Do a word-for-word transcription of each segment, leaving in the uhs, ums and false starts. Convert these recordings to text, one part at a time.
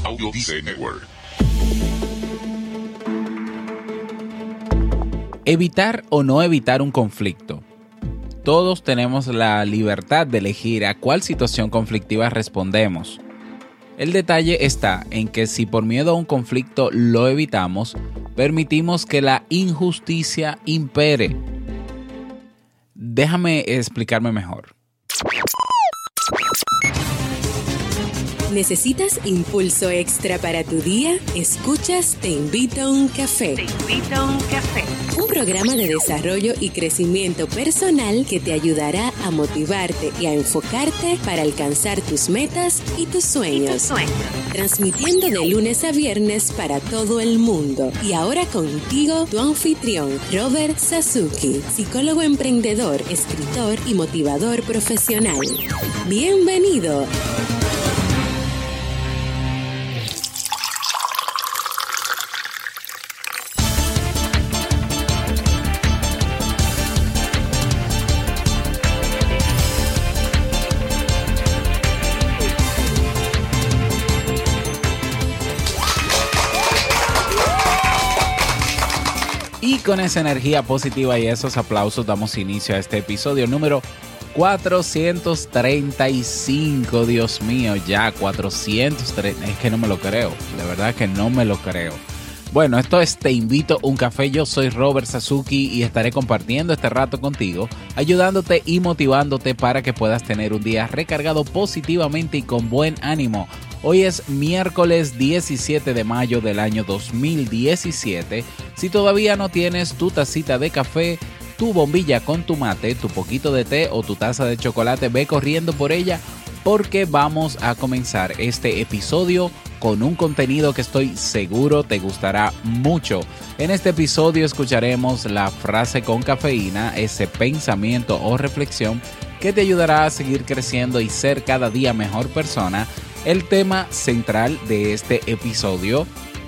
Audio Dice Network. Evitar o no evitar un conflicto. Todos tenemos la libertad de elegir a cuál situación conflictiva respondemos. El detalle está en que si por miedo a un conflicto lo evitamos, permitimos que la injusticia impere. Déjame explicarme mejor. ¿Necesitas impulso extra para tu día? Escuchas Te Invito a un Café. Te Invito a un Café. Un programa de desarrollo y crecimiento personal que te ayudará a motivarte y a enfocarte para alcanzar tus metas y tus sueños. Y tus sueños. Transmitiendo de lunes a viernes para todo el mundo. Y ahora contigo, tu anfitrión, Robert Sasuki, psicólogo emprendedor, escritor y motivador profesional. ¡Bienvenido! Y con esa energía positiva y esos aplausos damos inicio a este episodio número cuatrocientos treinta y cinco. Dios mío, ya cuatrocientos treinta. Es que no me lo creo, de verdad que no me lo creo. Bueno, esto es Te Invito a un Café. Yo soy Robert Sasuki y estaré compartiendo este rato contigo, ayudándote y motivándote para que puedas tener un día recargado positivamente y con buen ánimo. Hoy es miércoles diecisiete de mayo del año dos mil diecisiete. Si todavía no tienes tu tacita de café, tu bombilla con tu mate, tu poquito de té o tu taza de chocolate, ve corriendo por ella porque vamos a comenzar este episodio con un contenido que estoy seguro te gustará mucho. En este episodio escucharemos la frase con cafeína, ese pensamiento o reflexión que te ayudará a seguir creciendo y ser cada día mejor persona. El tema central de este episodio,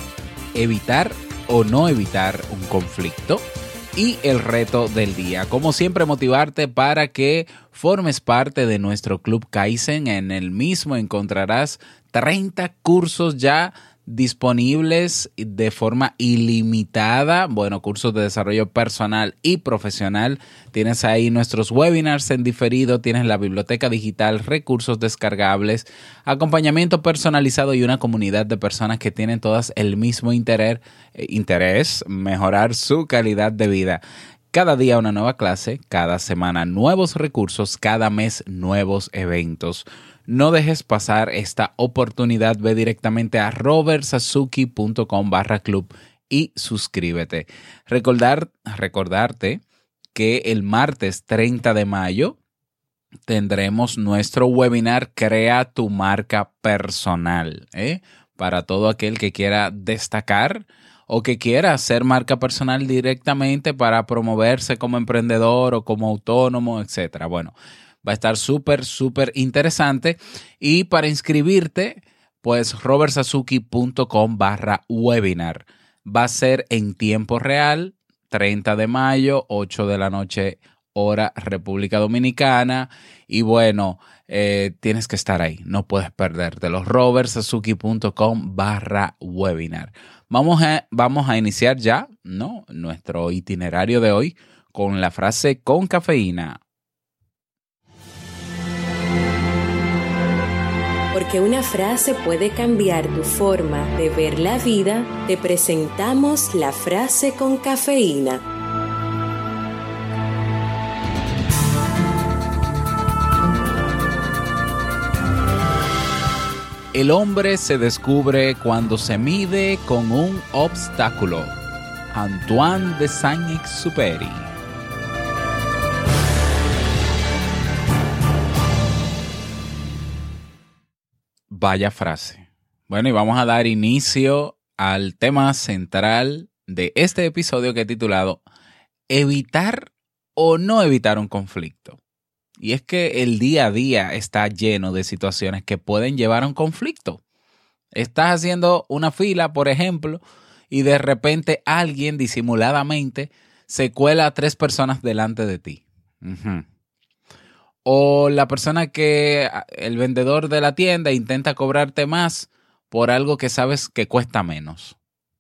evitar o no evitar un conflicto, y el reto del día. Como siempre, motivarte para que formes parte de nuestro Club Kaizen. En el mismo encontrarás treinta cursos ya disponibles de forma ilimitada. Bueno, cursos de desarrollo personal y profesional. Tienes ahí nuestros webinars en diferido, tienes la biblioteca digital, recursos descargables, acompañamiento personalizado y una comunidad de personas que tienen todas el mismo interés, eh, interés, mejorar su calidad de vida. Cada día una nueva clase, cada semana nuevos recursos, cada mes nuevos eventos. No dejes pasar esta oportunidad. Ve directamente a robertsasuki.com barra club y suscríbete. Recordar, recordarte que el martes treinta de mayo tendremos nuestro webinar Crea tu marca personal, ¿eh? Para todo aquel que quiera destacar o que quiera hacer marca personal directamente para promoverse como emprendedor o como autónomo, etcétera. Bueno, va a estar súper, súper interesante. Y para inscribirte, pues robertsasuki.com barra webinar. Va a ser en tiempo real, treinta de mayo, ocho de la noche, hora República Dominicana. Y bueno, eh, tienes que estar ahí, no puedes perdértelo. robertsasuki.com barra webinar. Vamos a, vamos a iniciar ya, ¿no?, nuestro itinerario de hoy con la frase con cafeína. Porque una frase puede cambiar tu forma de ver la vida, te presentamos la frase con cafeína. El hombre se descubre cuando se mide con un obstáculo. Antoine de Saint-Exupéry. Vaya frase. Bueno, y vamos a dar inicio al tema central de este episodio que he titulado Evitar o no evitar un conflicto. Y es que el día a día está lleno de situaciones que pueden llevar a un conflicto. Estás haciendo una fila, por ejemplo, y de repente alguien disimuladamente se cuela a tres personas delante de ti. Uh-huh. O la persona que, el vendedor de la tienda intenta cobrarte más por algo que sabes que cuesta menos.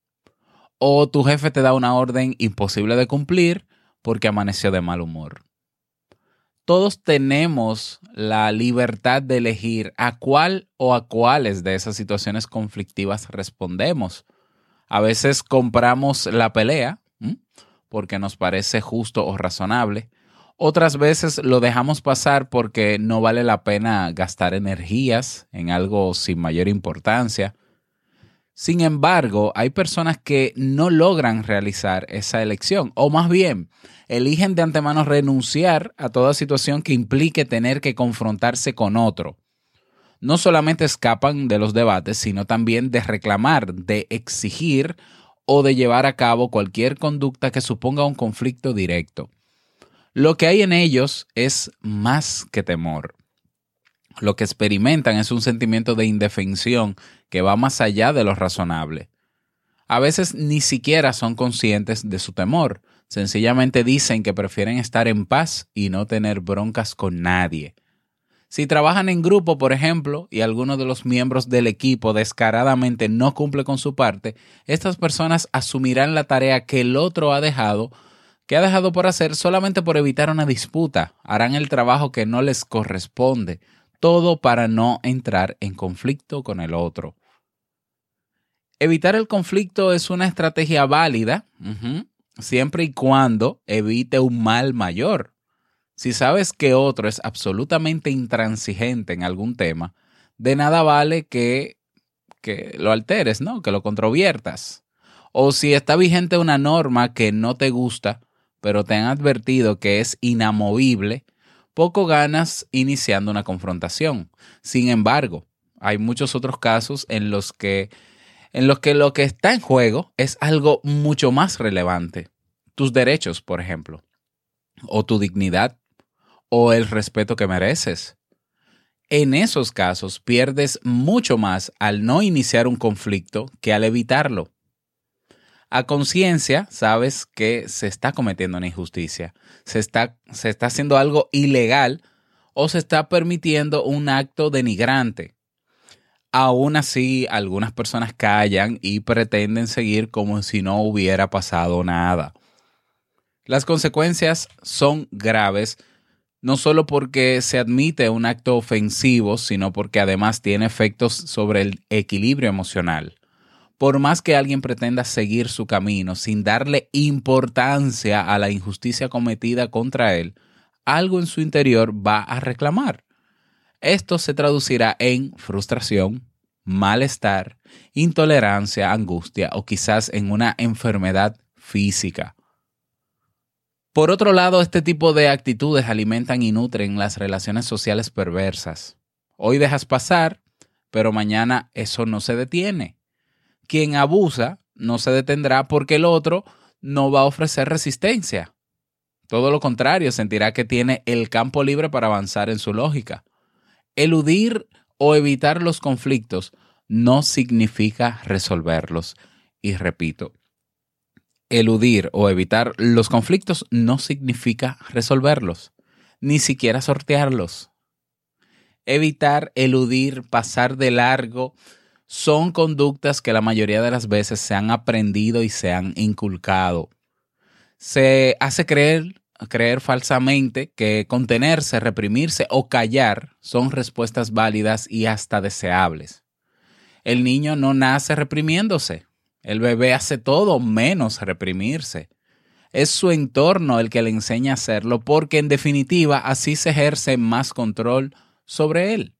O tu jefe te da una orden imposible de cumplir porque amaneció de mal humor. Todos tenemos la libertad de elegir a cuál o a cuáles de esas situaciones conflictivas respondemos. A veces compramos la pelea ¿m? porque nos parece justo o razonable. Otras veces lo dejamos pasar porque no vale la pena gastar energías en algo sin mayor importancia. Sin embargo, hay personas que no logran realizar esa elección, o más bien, eligen de antemano renunciar a toda situación que implique tener que confrontarse con otro. No solamente escapan de los debates, sino también de reclamar, de exigir o de llevar a cabo cualquier conducta que suponga un conflicto directo. Lo que hay en ellos es más que temor. Lo que experimentan es un sentimiento de indefensión que va más allá de lo razonable. A veces ni siquiera son conscientes de su temor. Sencillamente dicen que prefieren estar en paz y no tener broncas con nadie. Si trabajan en grupo, por ejemplo, y alguno de los miembros del equipo descaradamente no cumple con su parte, estas personas asumirán la tarea que el otro ha dejado, que ha dejado por hacer solamente por evitar una disputa. Harán el trabajo que no les corresponde. Todo para no entrar en conflicto con el otro. Evitar el conflicto es una estrategia válida, uh-huh, siempre y cuando evite un mal mayor. Si sabes que otro es absolutamente intransigente en algún tema, de nada vale que, que lo alteres, ¿no? Que lo controviertas. O si está vigente una norma que no te gusta, pero te han advertido que es inamovible, poco ganas iniciando una confrontación. Sin embargo, hay muchos otros casos en los que, en los que lo que está en juego es algo mucho más relevante. Tus derechos, por ejemplo, o tu dignidad, o el respeto que mereces. En esos casos pierdes mucho más al no iniciar un conflicto que al evitarlo. A conciencia, sabes que se está cometiendo una injusticia, se está, se está haciendo algo ilegal o se está permitiendo un acto denigrante. Aún así, algunas personas callan y pretenden seguir como si no hubiera pasado nada. Las consecuencias son graves, no solo porque se admite un acto ofensivo, sino porque además tiene efectos sobre el equilibrio emocional. Por más que alguien pretenda seguir su camino sin darle importancia a la injusticia cometida contra él, algo en su interior va a reclamar. Esto se traducirá en frustración, malestar, intolerancia, angustia o quizás en una enfermedad física. Por otro lado, este tipo de actitudes alimentan y nutren las relaciones sociales perversas. Hoy dejas pasar, pero mañana eso no se detiene. Quien abusa no se detendrá porque el otro no va a ofrecer resistencia. Todo lo contrario, sentirá que tiene el campo libre para avanzar en su lógica. Eludir o evitar los conflictos no significa resolverlos. Y repito, eludir o evitar los conflictos no significa resolverlos, ni siquiera sortearlos. Evitar, eludir, pasar de largo son conductas que la mayoría de las veces se han aprendido y se han inculcado. Se hace creer, creer falsamente que contenerse, reprimirse o callar son respuestas válidas y hasta deseables. El niño no nace reprimiéndose. El bebé hace todo menos reprimirse. Es su entorno el que le enseña a hacerlo porque en definitiva así se ejerce más control sobre él.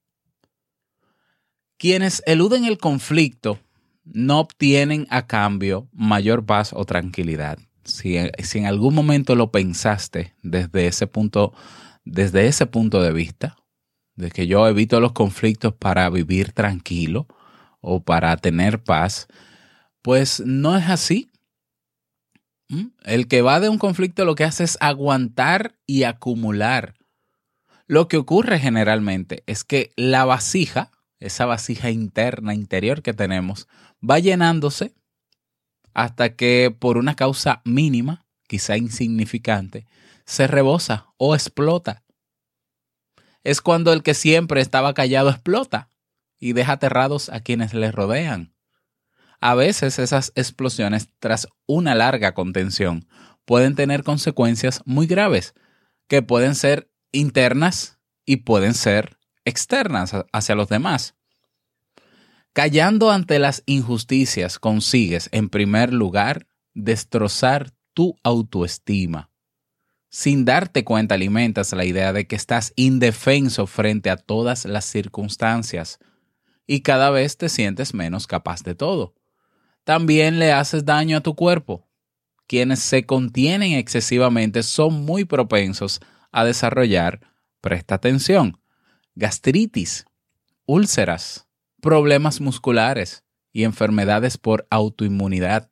Quienes eluden el conflicto no obtienen a cambio mayor paz o tranquilidad. Si, si en algún momento lo pensaste desde ese punto, desde ese punto de vista, de que yo evito los conflictos para vivir tranquilo o para tener paz, pues no es así. ¿Mm? El que va de un conflicto lo que hace es aguantar y acumular. Lo que ocurre generalmente es que la vasija, esa vasija interna, interior que tenemos, va llenándose hasta que por una causa mínima, quizá insignificante, se rebosa o explota. Es cuando el que siempre estaba callado explota y deja aterrados a quienes les rodean. A veces esas explosiones, tras una larga contención, pueden tener consecuencias muy graves, que pueden ser internas y pueden ser externas hacia los demás. Callando ante las injusticias consigues, en primer lugar, destrozar tu autoestima. Sin darte cuenta alimentas la idea de que estás indefenso frente a todas las circunstancias y cada vez te sientes menos capaz de todo. También le haces daño a tu cuerpo. Quienes se contienen excesivamente son muy propensos a desarrollar, presta atención, gastritis, úlceras, problemas musculares y enfermedades por autoinmunidad.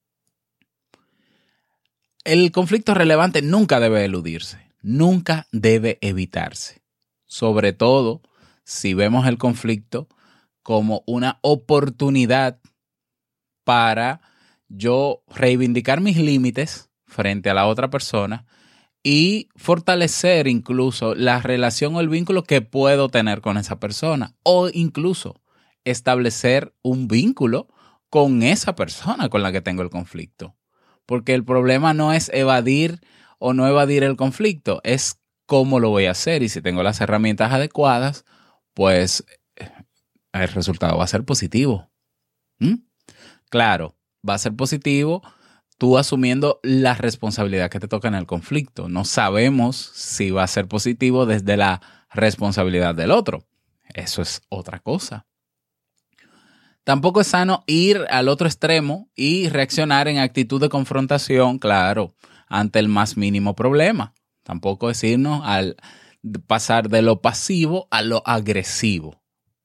El conflicto relevante nunca debe eludirse, nunca debe evitarse. Sobre todo si vemos el conflicto como una oportunidad para yo reivindicar mis límites frente a la otra persona y fortalecer incluso la relación o el vínculo que puedo tener con esa persona, o incluso establecer un vínculo con esa persona con la que tengo el conflicto. Porque el problema no es evadir o no evadir el conflicto, es cómo lo voy a hacer. Y si tengo las herramientas adecuadas, pues el resultado va a ser positivo. ¿Mm? Claro, va a ser positivo tú asumiendo la responsabilidad que te toca en el conflicto. No sabemos si va a ser positivo desde la responsabilidad del otro. Eso es otra cosa. Tampoco es sano ir al otro extremo y reaccionar en actitud de confrontación, claro, ante el más mínimo problema. Tampoco es irnos al pasar de lo pasivo a lo agresivo.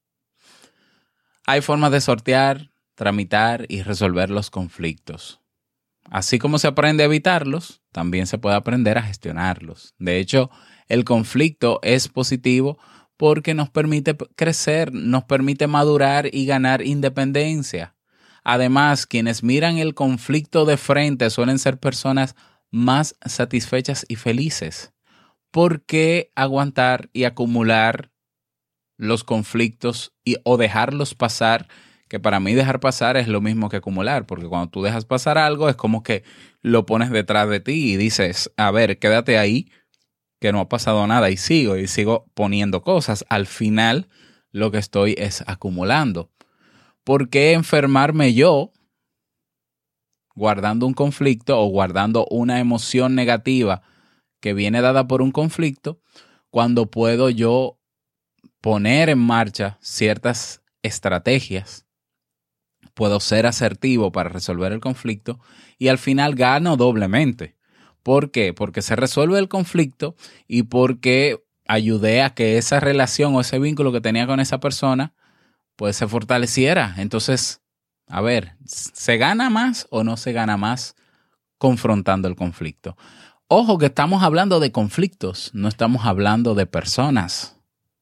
Hay formas de sortear, tramitar y resolver los conflictos. Así como se aprende a evitarlos, también se puede aprender a gestionarlos. De hecho, el conflicto es positivo porque nos permite crecer, nos permite madurar y ganar independencia. Además, quienes miran el conflicto de frente suelen ser personas más satisfechas y felices. ¿Por qué aguantar y acumular los conflictos y, o dejarlos pasar? Que para mí dejar pasar es lo mismo que acumular, porque cuando tú dejas pasar algo es como que lo pones detrás de ti y dices, a ver, quédate ahí, que no ha pasado nada, y sigo, y sigo poniendo cosas. Al final lo que estoy es acumulando. ¿Por qué enfermarme yo guardando un conflicto o guardando una emoción negativa que viene dada por un conflicto cuando puedo yo poner en marcha ciertas estrategias? Puedo ser asertivo para resolver el conflicto y al final gano doblemente. ¿Por qué? Porque se resuelve el conflicto y porque ayudé a que esa relación o ese vínculo que tenía con esa persona pues se fortaleciera. Entonces, a ver, ¿se gana más o no se gana más confrontando el conflicto? Ojo que estamos hablando de conflictos, no estamos hablando de personas.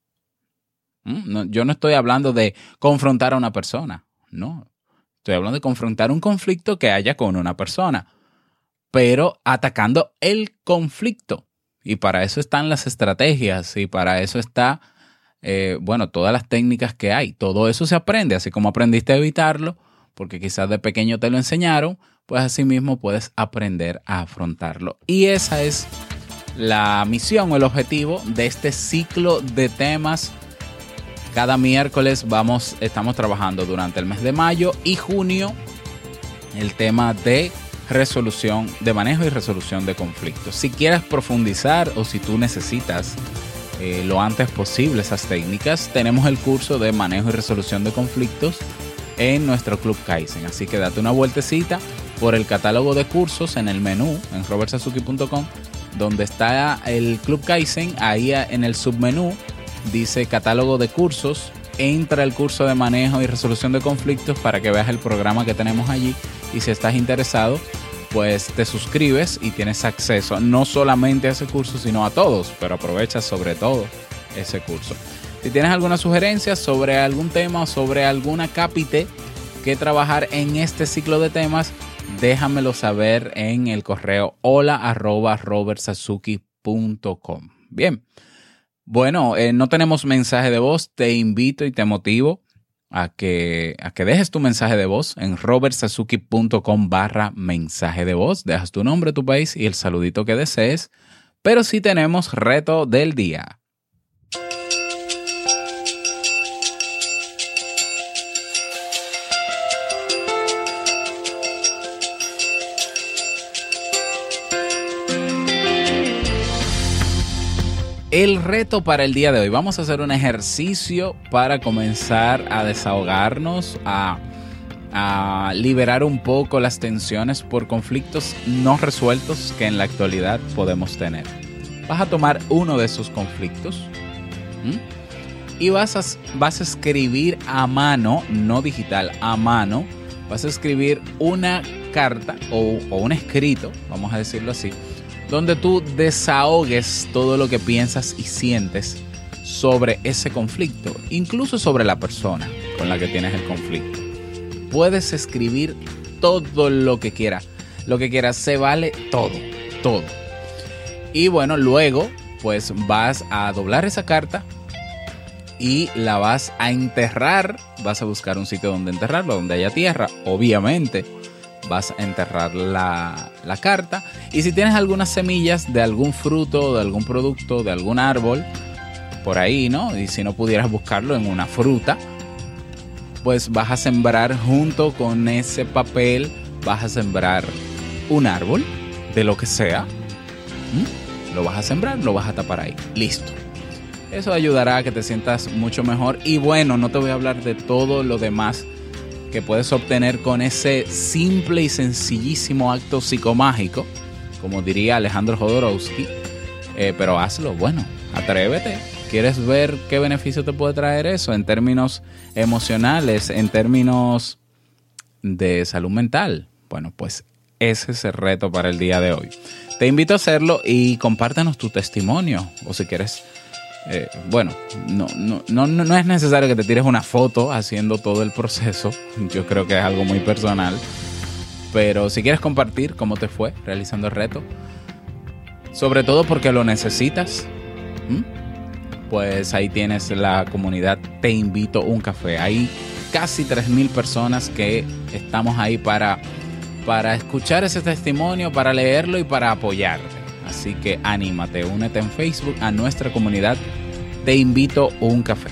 No, yo no estoy hablando de confrontar a una persona, no. Estoy hablando de confrontar un conflicto que haya con una persona, pero atacando el conflicto. Y para eso están las estrategias y para eso está, eh, bueno, todas las técnicas que hay. Todo eso se aprende, así como aprendiste a evitarlo, porque quizás de pequeño te lo enseñaron, pues así mismo puedes aprender a afrontarlo. Y esa es la misión o el objetivo de este ciclo de temas. Cada miércoles vamos, estamos trabajando durante el mes de mayo y junio el tema de resolución, de manejo y resolución de conflictos. Si quieres profundizar o si tú necesitas eh, lo antes posible esas técnicas, tenemos el curso de manejo y resolución de conflictos en nuestro Club Kaizen. Así que date una vueltecita por el catálogo de cursos en el menú en robert sasuki punto com, donde está el Club Kaizen. Ahí en el submenú dice catálogo de cursos. Entra el curso de manejo y resolución de conflictos para que veas el programa que tenemos allí, y si estás interesado pues te suscribes y tienes acceso no solamente a ese curso sino a todos, pero aprovecha sobre todo ese curso. Si tienes alguna sugerencia sobre algún tema o sobre alguna cápite que trabajar en este ciclo de temas, déjamelo saber en el correo hola arroba robert sasuki punto com. Bien. Bueno, eh, no tenemos mensaje de voz. Te invito y te motivo a que, a que dejes tu mensaje de voz en robertsazuki.com barra mensaje de voz. Dejas tu nombre, tu país y el saludito que desees. Pero sí tenemos reto del día. El reto para el día de hoy, vamos a hacer un ejercicio para comenzar a desahogarnos, a, a liberar un poco las tensiones por conflictos no resueltos que en la actualidad podemos tener. Vas a tomar uno de esos conflictos ¿m? y vas a, vas a escribir a mano, no digital, a mano, vas a escribir una carta o, o un escrito, vamos a decirlo así, donde tú desahogues todo lo que piensas y sientes sobre ese conflicto, incluso sobre la persona con la que tienes el conflicto. Puedes escribir todo lo que quieras, lo que quieras, se vale todo, todo. Y bueno, luego pues vas a doblar esa carta y la vas a enterrar, vas a buscar un sitio donde enterrarlo, donde haya tierra, obviamente. Vas a enterrar la, la carta y si tienes algunas semillas de algún fruto, de algún producto, de algún árbol, por ahí, ¿no? Y si no pudieras buscarlo en una fruta, pues vas a sembrar junto con ese papel, vas a sembrar un árbol de lo que sea. ¿Mm? Lo vas a sembrar, lo vas a tapar ahí. Listo. Eso ayudará a que te sientas mucho mejor. Y bueno, no te voy a hablar de todo lo demás que puedes obtener con ese simple y sencillísimo acto psicomágico, como diría Alejandro Jodorowsky, eh, pero hazlo, bueno, atrévete. ¿Quieres ver qué beneficio te puede traer eso en términos emocionales, en términos de salud mental? Bueno, pues ese es el reto para el día de hoy. Te invito a hacerlo y compártenos tu testimonio, o si quieres... Eh, bueno, no, no, no, no es necesario que te tires una foto haciendo todo el proceso. Yo creo que es algo muy personal. Pero si quieres compartir cómo te fue realizando el reto, sobre todo porque lo necesitas, ¿m? pues ahí tienes la comunidad Te Invito un Café. Hay casi tres mil personas que estamos ahí para, para escuchar ese testimonio, para leerlo y para apoyarte. Así que anímate, únete en Facebook a nuestra comunidad Te Invito un Café.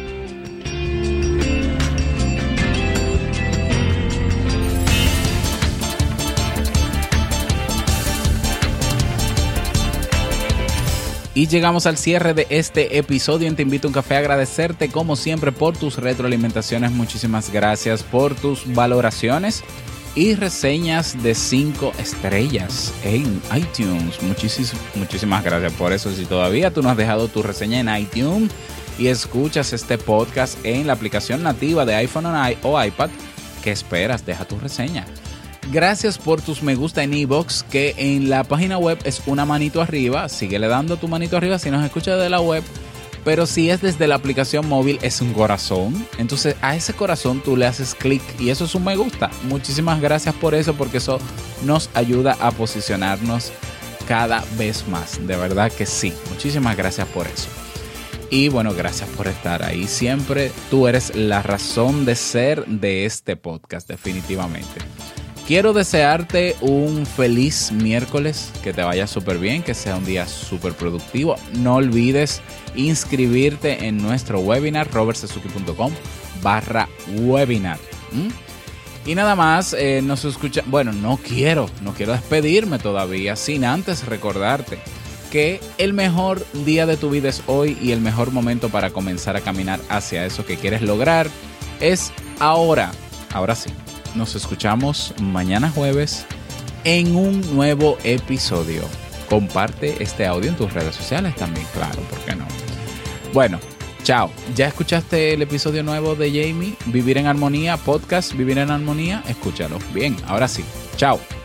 Y llegamos al cierre de este episodio en Te Invito un Café. Agradecerte como siempre por tus retroalimentaciones. Muchísimas gracias por tus valoraciones y reseñas de cinco estrellas en iTunes. Muchísimas, muchísimas gracias por eso. Si todavía tú no has dejado tu reseña en iTunes y escuchas este podcast en la aplicación nativa de iPhone o iPad, ¿qué esperas? Deja tu reseña. Gracias por tus me gusta en iVoox, que en la página web es una manito arriba. Síguele dando tu manito arriba si nos escuchas de la web. Pero si es desde la aplicación móvil, es un corazón. Entonces a ese corazón tú le haces clic y eso es un me gusta. Muchísimas gracias por eso, porque eso nos ayuda a posicionarnos cada vez más. De verdad que sí. Muchísimas gracias por eso. Y bueno, gracias por estar ahí siempre. Tú eres la razón de ser de este podcast, definitivamente. Quiero desearte un feliz miércoles, que te vaya súper bien, que sea un día súper productivo. No olvides inscribirte en nuestro webinar, robertsazuki.com barra webinar. ¿Mm? Y nada más, eh, nos escucha. Bueno, no quiero, no quiero despedirme todavía sin antes recordarte que el mejor día de tu vida es hoy y el mejor momento para comenzar a caminar hacia eso que quieres lograr es ahora. Ahora sí. Nos escuchamos mañana jueves en un nuevo episodio. Comparte este audio en tus redes sociales también, claro, ¿por qué no? Bueno, chao. ¿Ya escuchaste el episodio nuevo de Jamie? Vivir en Armonía, podcast Vivir en Armonía. Escúchalo. Bien, ahora sí. Chao.